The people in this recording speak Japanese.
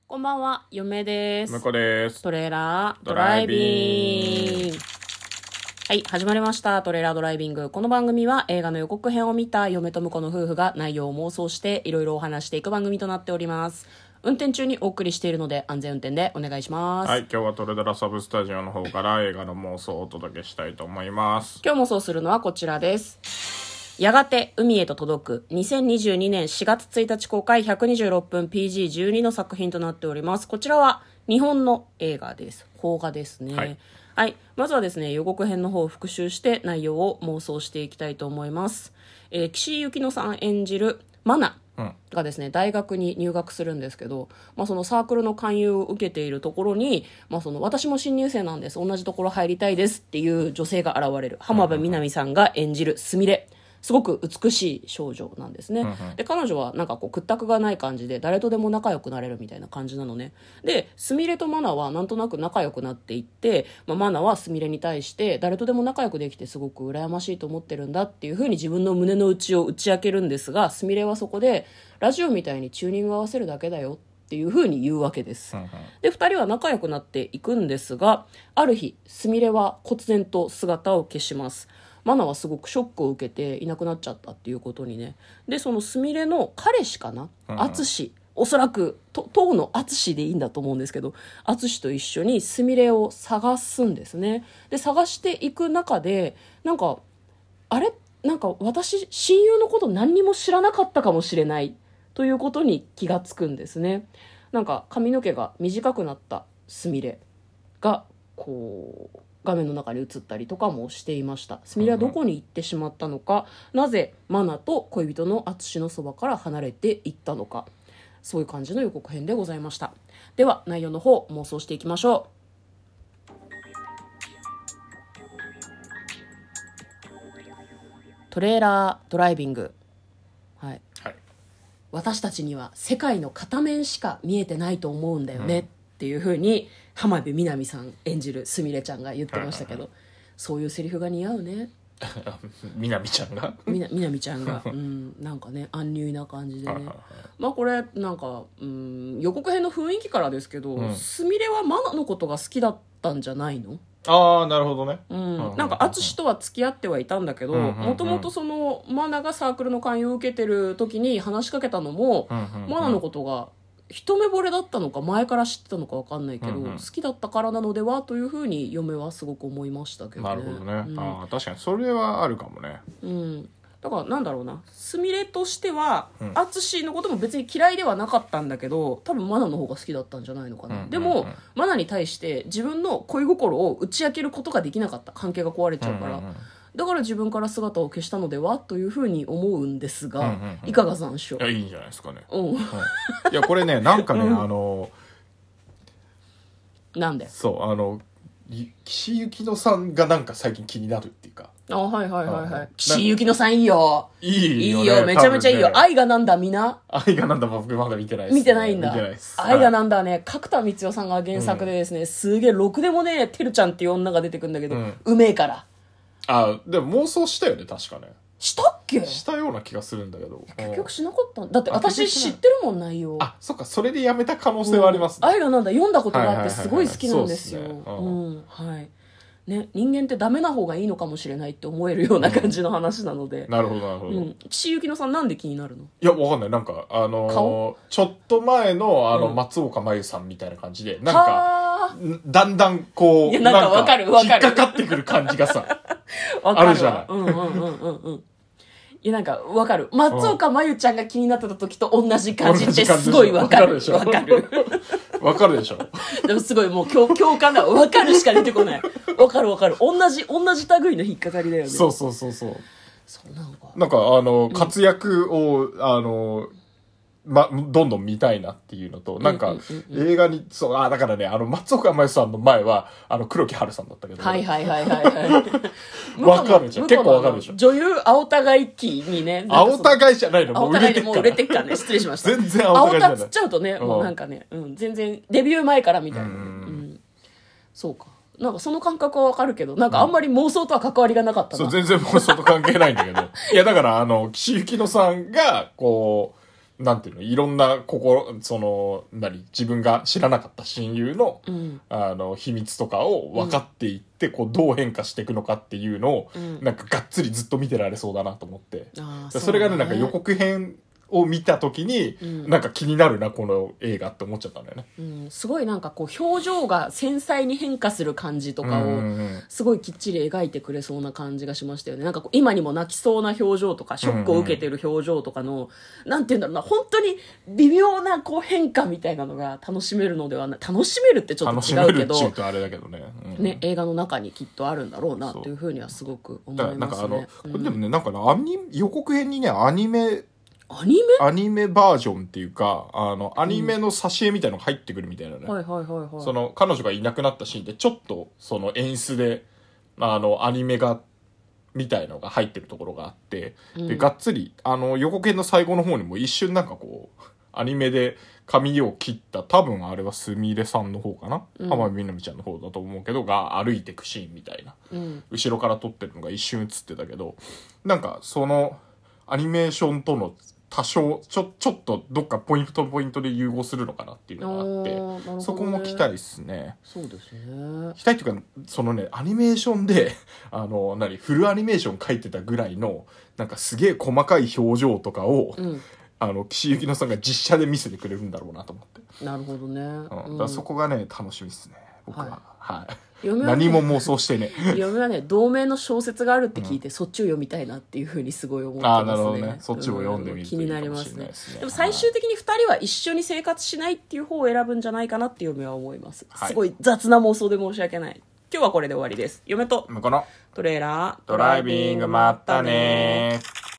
こんばんは、嫁です。 向こうです。 トレーラードライビング。はい、始まりました。トレーラードライビング。この番組は映画の予告編を見た嫁と婿の夫婦が内容を妄想していろいろお話していく番組となっております。運転中にお送りしているので安全運転でお願いします。 はい、今日はトレドラサブスタジオの方から映画の妄想をお届けしたいと思います。 今日妄想するのはこちらです。やがて海へと届く2022年4月1日公開126分 PG12 の作品となっております。こちらは日本の映画です。邦画ですね。はい、まずはですね、予告編の方を復習して内容を妄想していきたいと思います。岸井ゆきのさん演じるマナがですね、大学に入学するんですけど、そのサークルの勧誘を受けているところに、その私も新入生なんです、同じところ入りたいですっていう女性が現れる。浜辺美波さんが演じるすみれ、すごく美しい少女なんですね。で、彼女はなんかこう屈託がない感じで誰とでも仲良くなれるみたいな感じなのね。で、すみれとマナはなんとなく仲良くなっていって、マナはすみれに対して誰とでも仲良くできてすごく羨ましいと思ってるんだっていう風に自分の胸の内を打ち明けるんですが、すみれはそこでラジオみたいにチューニング合わせるだけだよっていう風に言うわけです。で、二人は仲良くなっていくんですが、ある日すみれは忽然と姿を消します。マナはすごくショックを受けていなくなっちゃったっていうことにね。で、そのすみれの彼氏かな、淳、おそらく当の淳でいいんだと思うんですけど、淳と一緒にすみれを探すんですね。で、探していく中でなんか私親友のこと何にも知らなかったかもしれないということに気がつくんですね。なんか髪の毛が短くなったすみれがこう画面の中に映ったりとかもしていました。すみれはどこに行ってしまったのか、なぜマナと恋人の淳のそばから離れていったのか、そういう感じの予告編でございました。では内容の方妄想していきましょう。トレーラードライビング。はい、私たちには世界の片面しか見えてないと思うんだよね、っていう風に浜辺美波さん演じるすみれちゃんが言ってましたけど、そういうセリフが似合うね。 みなみちゃんがみなみちゃんが、なんかね、アンニュイな感じでね。これなんか、予告編の雰囲気からですけど、すみれはマナのことが好きだったんじゃないの？ ああ、なるほどね。 なんか淳とは付き合ってはいたんだけど、もともとそのマナがサークルの勧誘を受けてる時に話しかけたのも、マナのことが一目惚れだったのか前から知ってたのか分かんないけど、好きだったからなのではというふうに嫁はすごく思いましたけどね。 なるほどね、確かにそれはあるかもね。 だからなんだろうな、すみれとしては淳のことも別に嫌いではなかったんだけど、多分マナの方が好きだったんじゃないのかな。でもマナに対して自分の恋心を打ち明けることができなかった。関係が壊れちゃうから、だから自分から姿を消したのではというふうに思うんですが、いかが残暑？ いや、いいんじゃないですかね。いや、これね、なんかね、 なんで岸井ゆきのさんがなんか最近気になるっていうか。 岸井ゆきのさんいいよ。 いいよ、 いいよ、めちゃめちゃいいよ。愛がなんだ、みな。 愛がなんだ、僕まだ見てないです。 見てないんだ。 見てないです。 愛がなんだね、角田光代さんが原作でですね、すげえろくでもね、てるちゃんっていう女が出てくるんだけど、うめえから。 でも妄想したよね、確かね。 したっけ？ したような気がするんだけど。 結局しなかったんだって。私知ってるもん、内容。 そっか、それでやめた可能性はありますね。 愛がなんだ読んだことがあってすごい好きなんですよ。ね、人間ってダメな方がいいのかもしれないって思えるような感じの話なので。 なるほどなるほど。 岸井ゆきのさんなんで気になるの？ いや、わかんない。なんかちょっと前の松岡茉優さんみたいな感じで、なんかだんだんこう、 なんかわかる引っかかってくる感じがさあるじゃない。 いや、なんかわかる。松岡茉優ちゃんが気になってた時と同じ感じってすごいわかる。わかる。 わかるでしょ。 でもすごいもう共感だ。わかるしか出てこない。わかる。同じ類の引っかかりだよね。 そう。なんか活躍をどんどん見たいなっていうのと、なんか映画にだからね、松岡茉優さんの前は黒木華さんだったけど。 はい。 わかるじゃん。結構わかるでしょ。 女優青田買い機にね。 青田買いじゃないの、もう売れてっから。 もう売れてっからね。失礼しました。 全然青田買いじゃない。 青田つっちゃうとね、もうなんかね、全然デビュー前からみたいな。そうか。なんかその感覚はわかるけど、なんかあんまり妄想とは関わりがなかったな。 そう、全然妄想と関係ないんだけど。いや、だから岸井ゆきのさんがこうなんていうの、いろんな自分が知らなかった親友の、秘密とかを分かっていって、こう、どう変化していくのかっていうのを、なんかがっつりずっと見てられそうだなと思って。それがね、なんか予告編を見たときに、なんか気になるな、この映画って思っちゃったんだよね。 すごいなんかこう表情が繊細に変化する感じとかをすごいきっちり描いてくれそうな感じがしましたよね。なんかこう今にも泣きそうな表情とかショックを受けてる表情とかの、なんていうんだろうな、本当に微妙なこう変化みたいなのが楽しめるのではない、楽しめるってちょっと違うけど、 楽しめるっちゅうとあれだけどね。 ね、映画の中にきっとあるんだろうなっていうふうにはすごく思いますね。 これでもね、なんかな、予告編にね、アニメバージョンっていうか、アニメの挿絵みたいなのが入ってくるみたいなね。その、彼女がいなくなったシーンで、ちょっと、その演出で、アニメみたいのが入ってるところがあって、で、がっつり、予告編の最後の方にも一瞬なんかこう、アニメで髪を切った、多分あれはすみれさんの方かな、浜辺美波ちゃんの方だと思うけど、が歩いてくシーンみたいな。後ろから撮ってるのが一瞬映ってたけど、なんか、その、アニメーションとの多少ちょっとどっかポイントで融合するのかなっていうのがあって、そこも期待ですね。 そうですね。 期待っていうか、そのね、アニメーションでフルアニメーション書いてたぐらいのなんかすげえ細かい表情とかを、岸由紀乃さんが実写で見せてくれるんだろうなと思って。 なるほどね。 だからそこがね楽しみですね、僕は。はい。 何も妄想してね。 嫁はね、同名の小説があるって聞いて、そっちを読みたいなっていうふうにすごい思ってますね。 なるほどね。そっちを読んでみるといいかもしれないですね。 でも最終的に2人は一緒に生活しないっていう方を選ぶんじゃないかなって嫁は思います。すごい雑な妄想で申し訳ない。今日はこれで終わりです。嫁とこのトレーラードライビングまったねー。